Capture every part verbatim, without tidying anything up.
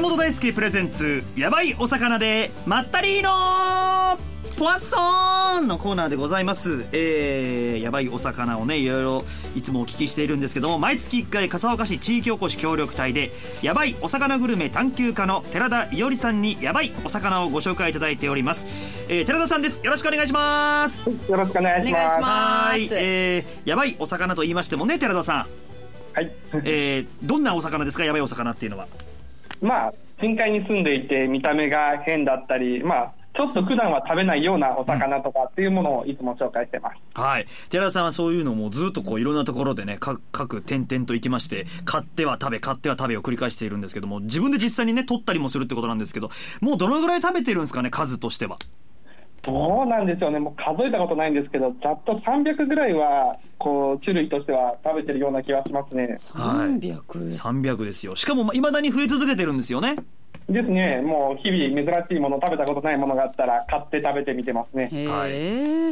本大輔プレゼンツやばいお魚でまったりーのポワッソーンのコーナーでございます。えー、やばいお魚をねいろいろいつもお聞きしているんですけども、毎月いっかい笠岡市地域おこし協力隊でやばいお魚グルメ探求家の寺田伊織さんにやばいお魚をご紹介いただいております。えー、寺田さんです。よろしくお願いします。 よろしくお願いします。 はい、えー、やばいお魚と言いましてもね、寺田さん、 はい、 えー、どんなお魚ですか、やばいお魚っていうのは。 まあ深海に住んでいて見た目が変だったり、まあちょっと普段は食べないようなお魚とかっていうものをいつも紹介してます。 うん、はい。寺田さんはそういうのもずっとこういろんなところでね、各点々と行きまして、買っては食べ買っては食べを繰り返しているんですけども、自分で実際にね取ったりもするってことなんですけど、もうどのぐらい食べてるんですかね、数としては。 どうなんでしょうね、もう数えたことないんですけど、ざっとさんびゃくぐらいはこう種類としては食べてるような気がしますね。 さんびゃく、さんびゃくですよ。しかもいまだに増え続けてるんですよね。 ですね。もう日々珍しいもの、食べたことないものがあったら買って食べてみてますね。 はい、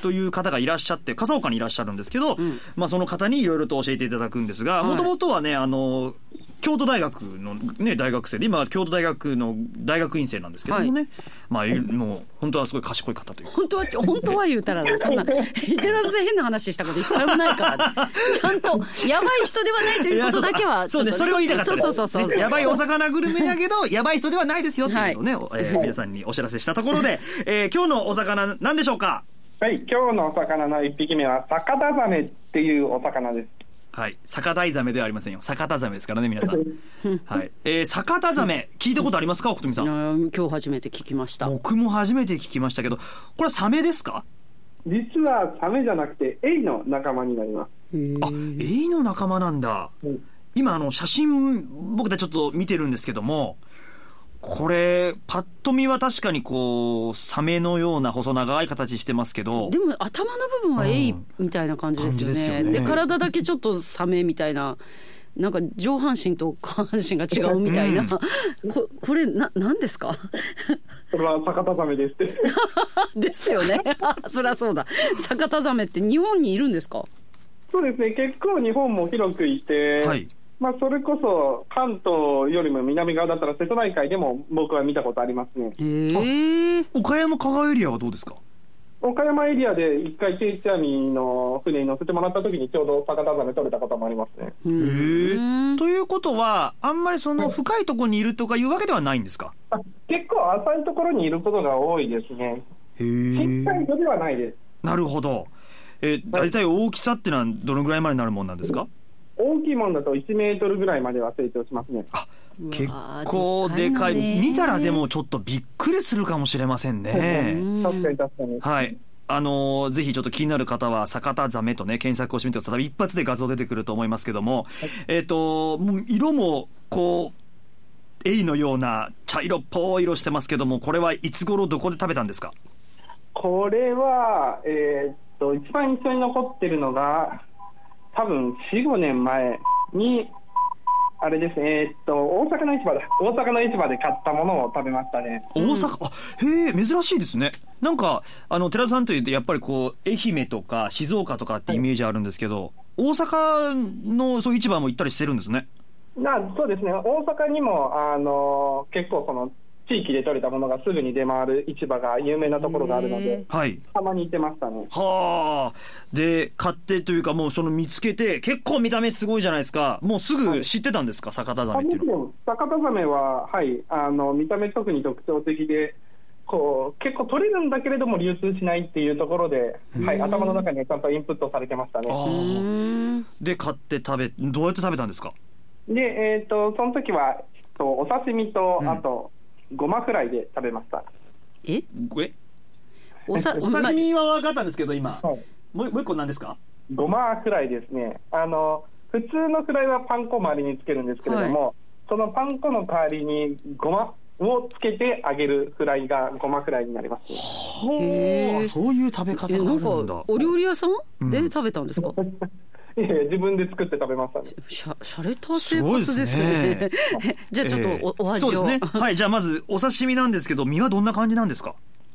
という方がいらっしゃって、笠岡にいらっしゃるんですけど、うん、まあその方にいろいろと教えていただくんですが、もともとはね、あの京都大学のね大学生で、今京都大学の大学院生なんですけどもね、はい、まあもう本当はすごい賢い方というか、 本当は本当は言うたらそんな寺田さん変な話したこと一回もないから、ちゃんとやばい人ではないということだけはそうね、それを言いたかったです。 そうそうそうそう、 やばいお魚グルメやけどやばい人ではないですよっていうのをね、はい、えー、皆さんにお知らせしたところで、えー、今日のお魚何でしょうか。 はい、今日のお魚のいっぴきめは逆田ザメっていうお魚です。 はい、逆田ザメではありませんよ、逆田ザメですからね皆さんはい、えー、逆田ザメ聞いたことありますか、奥富さん。 今日初めて聞きました。 僕も初めて聞きましたけど、これはサメですか。 実はサメじゃなくてエイの仲間になります。 あ、エイの仲間なんだ、うん、今あの写真僕でちょっと見てるんですけども、これパッと見は確かにこうサメのような細長い形してますけど、 でも頭の部分はエイみたいな感じですよね。うん、ですよね。で体だけちょっとサメみたいな、なんか上半身と下半身が違うみたいな、うん、こ, これな何ですか。 それは逆田ザメですですよね。そりゃそうだ。逆田ザメって日本にいるんですか。 そうですね、結構日本も広くいて、はい、まあ、それこそ関東よりも南側だったら瀬戸内海でも僕は見たことありますね。 へー。 岡山香川エリアはどうですか。 岡山エリアで一回定置網の船に乗せてもらった時にちょうど逆田ザメ取れたこともありますね。 へー。ということはあんまりその深いところにいるとかいうわけではないんですか。 あ、結構浅いところにいることが多いですね。 へー。 深いとではないです。 なるほど。えー、だいたい大きさってのはどのぐらいまでなるもんなんですか。 大きいものだといちメートルぐらいまでは成長しますね。 あ、結構でかい。見たらでもちょっとびっくりするかもしれませんね。 確かに確かに。 はい。あのー、ぜひちょっと気になる方は逆田ザメとね検索をしてみてください。一発で画像出てくると思いますけども、はい、えっ、ー、ともう色もこうエイのような茶色っぽい色してますけども、これはいつ頃どこで食べたんですか。 これはえー、っと一番印象に残ってるのが多分 よん,ご 年前にあれですね、えー、っと大阪の市場だ大阪の市場で買ったものを食べましたね。 大阪、あ、へえ、珍しいですね。なんかあの寺田さんといってやっぱりこう愛媛とか静岡とかってイメージあるんですけど、はい、大阪のそういう市場も行ったりしてるんですね。 なそうですね、大阪にもあの結構その地域で採れたものがすぐに出回る市場が有名なところがあるので、はい、たまに行ってましたね。 はあ。で買ってというかもうその見つけて結構見た目すごいじゃないですか。もうすぐ知ってたんですか、はい、逆田ザメっていうのは。 逆田ザメは、はい、あの見た目特に特徴的でこう結構取れるんだけれども流通しないっていうところで、はい、頭の中にちゃんとインプットされてましたね。 あで買って食べどうやって食べたんですか。 で、えー、とその時はお刺身と、うん、あとごまフライで食べました。 ええお, さお刺身は分かったんですけど今、はい、もう一個何ですか。 ごまフライですね。あの普通のフライはパン粉周りにつけるんですけれども、はい、そのパン粉の代わりにごまをつけて揚げるフライがごまフライになります。 はあ、そういう食べ方があるんだ。なんかお料理屋さんで食べたんですか。うんいや自分で作って食べましたね。 しゃ、しゃれた生活ですね。じゃあちょっと お,、えー、お味を。 そうですね。はい、じゃあまずお刺身なんですけど身はどんな感じなんですか。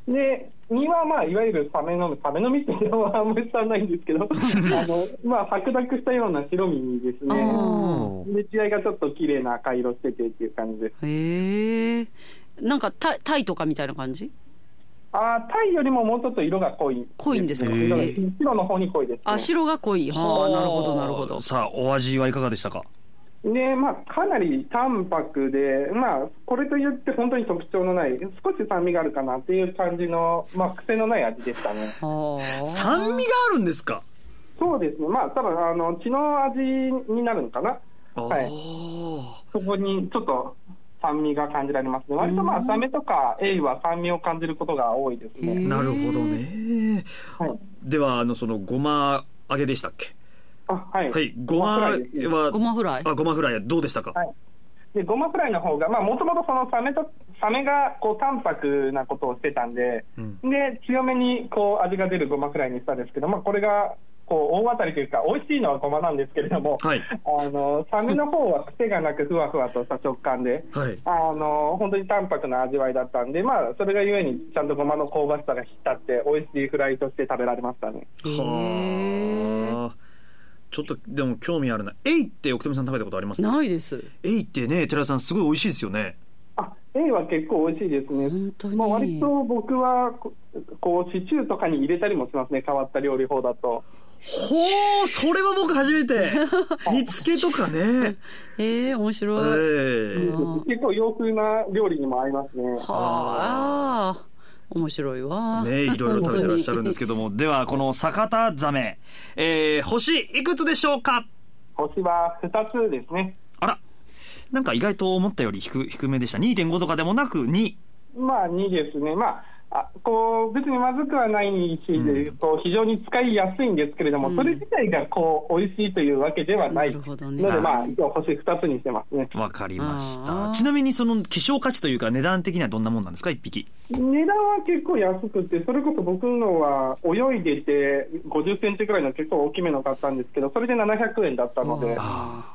で身はまあいわゆるサメの実、サメの実っていうのはあんまり伝わらないんですけどあの、まあ、白濁したような白身ですね。で血合いがちょっと綺麗な赤色しててっていう感じです。 へえ。なんかタイ、タイとかみたいな感じ？ あ、タイよりももうちょっと色が濃い、ね、 濃いんですか？ 白の方に濃いです、ね、 あ、白が濃い。はあ、なるほどなるほど。 さあお味はいかがでしたか？ でまあ、かなり淡白で、まあ、これといって本当に特徴のない少し酸味があるかなっていう感じの、まあ、癖のない味でしたね。 酸味があるんですか？ そうですね、まあ、多分あの血の味になるのかな、はい、そこにちょっと酸味が感じられますね。割とまあサメとかエイは酸味を感じることが多いですね。 なるほどね、はい、ではあのそのごま揚げでしたっけ？あ、はい、はい、ごまはごまフライ、 あ、ごまフライどうでしたか？ はい、でごまフライの方がもともとそのサメとサメがこう淡白なことをしてたんで、うん、で強めにこう味が出るごまフライにしたんですけど、まあ、これがこう大当たりというか美味しいのはごまなんですけれども、はい、あのサメの方は癖がなくふわふわとした食感で、はい、あの本当に淡白な味わいだったんで、まあ、それがゆえにちゃんとごまの香ばしさが引き立って美味しいフライとして食べられましたね。 はあ、ちょっとでも興味あるな。エイって奥富さん食べたことあります？ ないです。 エイってね、寺田さんすごい美味しいですよね。 あ、エイは結構美味しいですね。本当に、まあ、割と僕はこうシチューとかに入れたりもしますね、変わった料理法だと。 ほう、それは僕初めて煮付けとかねえー、面白い、えー、結構洋風な料理にも合いますね。 はあ、面白いわね、いろいろ食べてらっしゃるんですけどもではこの逆田ザメ、えー、星いくつでしょうか？ 星はふたつですね。 あら、なんか意外と思ったより 低, 低めでした。 にてんご とかでもなくに。 まあにですね。まああこう別にまずくはないし、うん、こう非常に使いやすいんですけれども、うん、それ自体がこう美味しいというわけではないので、ね、まあ星ふたつにしてますね。 わかりました。ちなみにその希少価値というか値段的にはどんなもんなんですか？いっぴき値段は結構安くて、それこそ僕のは泳いでてごじゅっセンチくらいの結構大きめの買ったんですけど、それでななひゃくえんだったので、はい、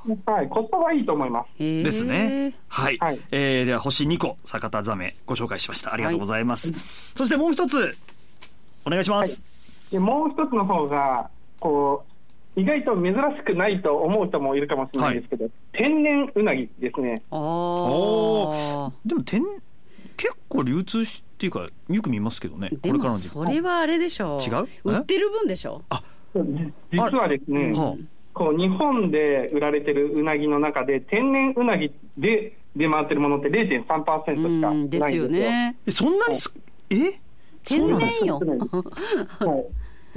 コスパはいいと思います。 ですね。はい、はい、えー、では星にこ逆田ザメご紹介しました。ありがとうございます、はい。そしてもう一つお願いします。 はい、でもう一つの方がこう意外と珍しくないと思う人もいるかもしれないですけど、はい、天然うなぎですね。 ああ、 でも天結構流通っていうかよく見ますけどね。 でもこれからのそれはあれでしょう。 違う？ 売ってる分でしょ。 あ、実はですね、こう日本で売られてるうなぎの中で天然うなぎで出回ってるものって れいてんさんパーセント しかないんですよ。 ですよね。 そんなにえ天然よ。 はい、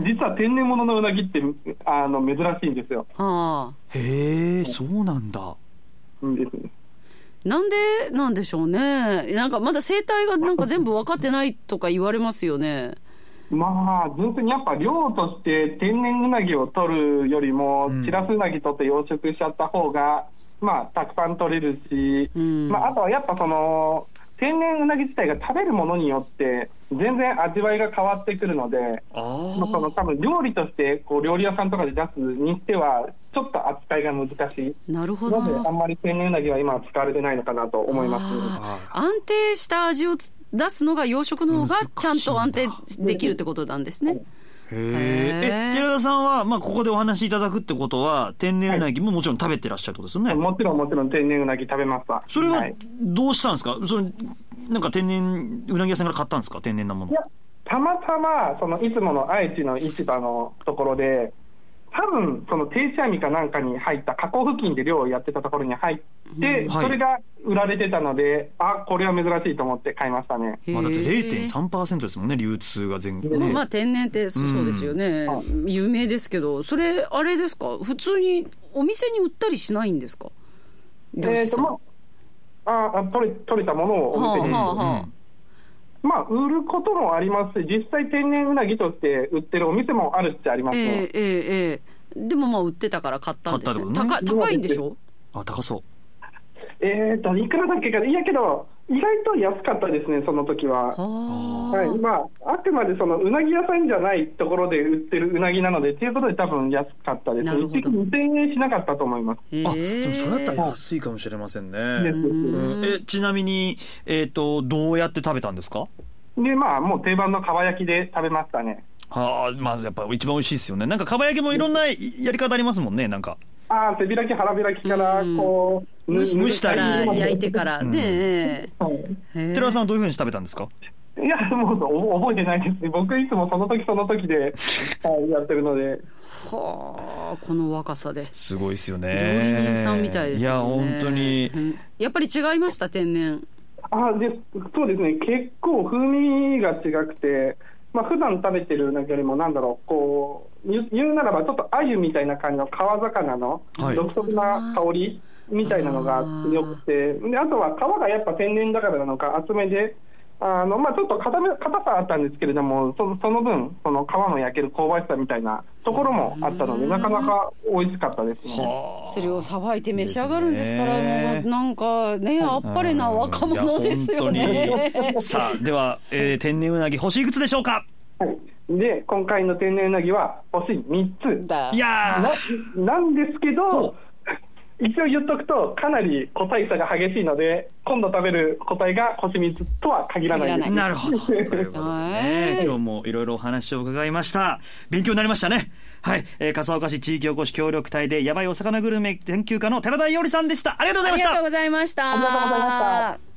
実は天然物のうなぎってあの珍しいんですよ。 はあ、 へえ、そうなんだ。 うんですね。 なんでなんでしょうね。なんかまだ生態がなんか全部分かってないとか言われますよね。 まあ純粋にやっぱ量として天然うなぎを取るよりも、うん、シラスウナギ取って養殖しちゃった方がまあたくさん取れるし、うん、まあ、あとはやっぱその天然うなぎ自体が食べるものによって全然味わいが変わってくるので、あ、まあ、その多分料理としてこう料理屋さんとかで出すにしてはちょっと扱いが難しい。 なるほど。 なのであんまり天然うなぎは今は使われてないのかなと思います。 安定した味を出すのが養殖の方がちゃんと安定できるってことなんですね。 へえ。寺田さんは、まあ、ここでお話しいただくってことは天然うなぎももちろん食べてらっしゃるってことですよね。はい、 もちろんもちろん天然うなぎ食べました。 それはどうしたんですか？それなんか天然うなぎ屋さんから買ったんですか？天然なもの。いや、 たまたまそのいつもの愛知の市場のところで多分その定置網かなんかに入った河口付近で漁をやってたところに入って、うん、はい、それが売られてたので、あ、これは珍しいと思って買いましたね。 まあ、だって れいてんさんパーセント ですもんね、流通が全国ね。 まあ天然ってそうですよね、うん、有名ですけど、それあれですか、普通にお店に売ったりしないんですか？ えーとまあ、あ取れ、取れたものをお店に、はあはあはあ、まあ、売ることもありますし、実際天然うなぎとして売ってるお店もあるっちゃありますね。 えーえーえー、でもまあ売ってたから買ったんですよ、ね、高, 高いんでしょ？ あ、高そう。 えーといくらだっけか、いやけど意外と安かったですね、その時は。はい、まあ、あくまでそのうなぎ屋さんじゃないところで売ってるうなぎなのでということで多分安かったです。一匹にせんえんしなかったと思います。 あ、でもそれだったら安いかもしれませんね。うん、えちなみに、えーとどうやって食べたんですか？ で、まあ、もう定番のかば焼きで食べましたね。 はあ、まずやっぱ一番美味しいですよね。なんかかば焼きもいろんなやり方ありますもんね、なんか。 ああ、背開き腹開きからこう、 蒸したり焼いてからね。 寺田さんはどういうふうに食べたんですか？ いや、もう覚えてないですね。僕いつもその時その時でやってるので。 はあ、この若さですごいですよね。 料理人さんみたいですよね。 いや本当に、 うん、やっぱり違いました、天然。 あでそうですね、結構風味が違くて、まあ普段食べてるなんかよりもなんだろう、こう言う言うならばちょっと鮎みたいな感じの川魚の独特な香りみたいなのが強くて、はい、であとは皮がやっぱ天然だからなのか厚めで、あのまあ、ちょっと硬め硬さあったんですけれども、そ, その分その皮の焼ける香ばしさみたいなところもあったので、なかなか美味しかったですね。 それをさばいて召し上がるんですから、もうなんかね、あっぱれな若者ですよね。 さあでは、えー、天然うなぎ星いくつでしょうか？ はい、で今回の天然うなぎは星みっつだ。 いやな, なんですけど、一応言っとくとかなり個体差が激しいので、今度食べる個体が星みっつとは限らないです。 なるほど。ということでね、今日もいろいろお話を伺いました。勉強になりましたね。はい、えー、笠岡市地域おこし協力隊でやばいお魚グルメ研究家の寺田伊織さんでした。ありがとうございました。 ありがとうございました。 ありがとうございました。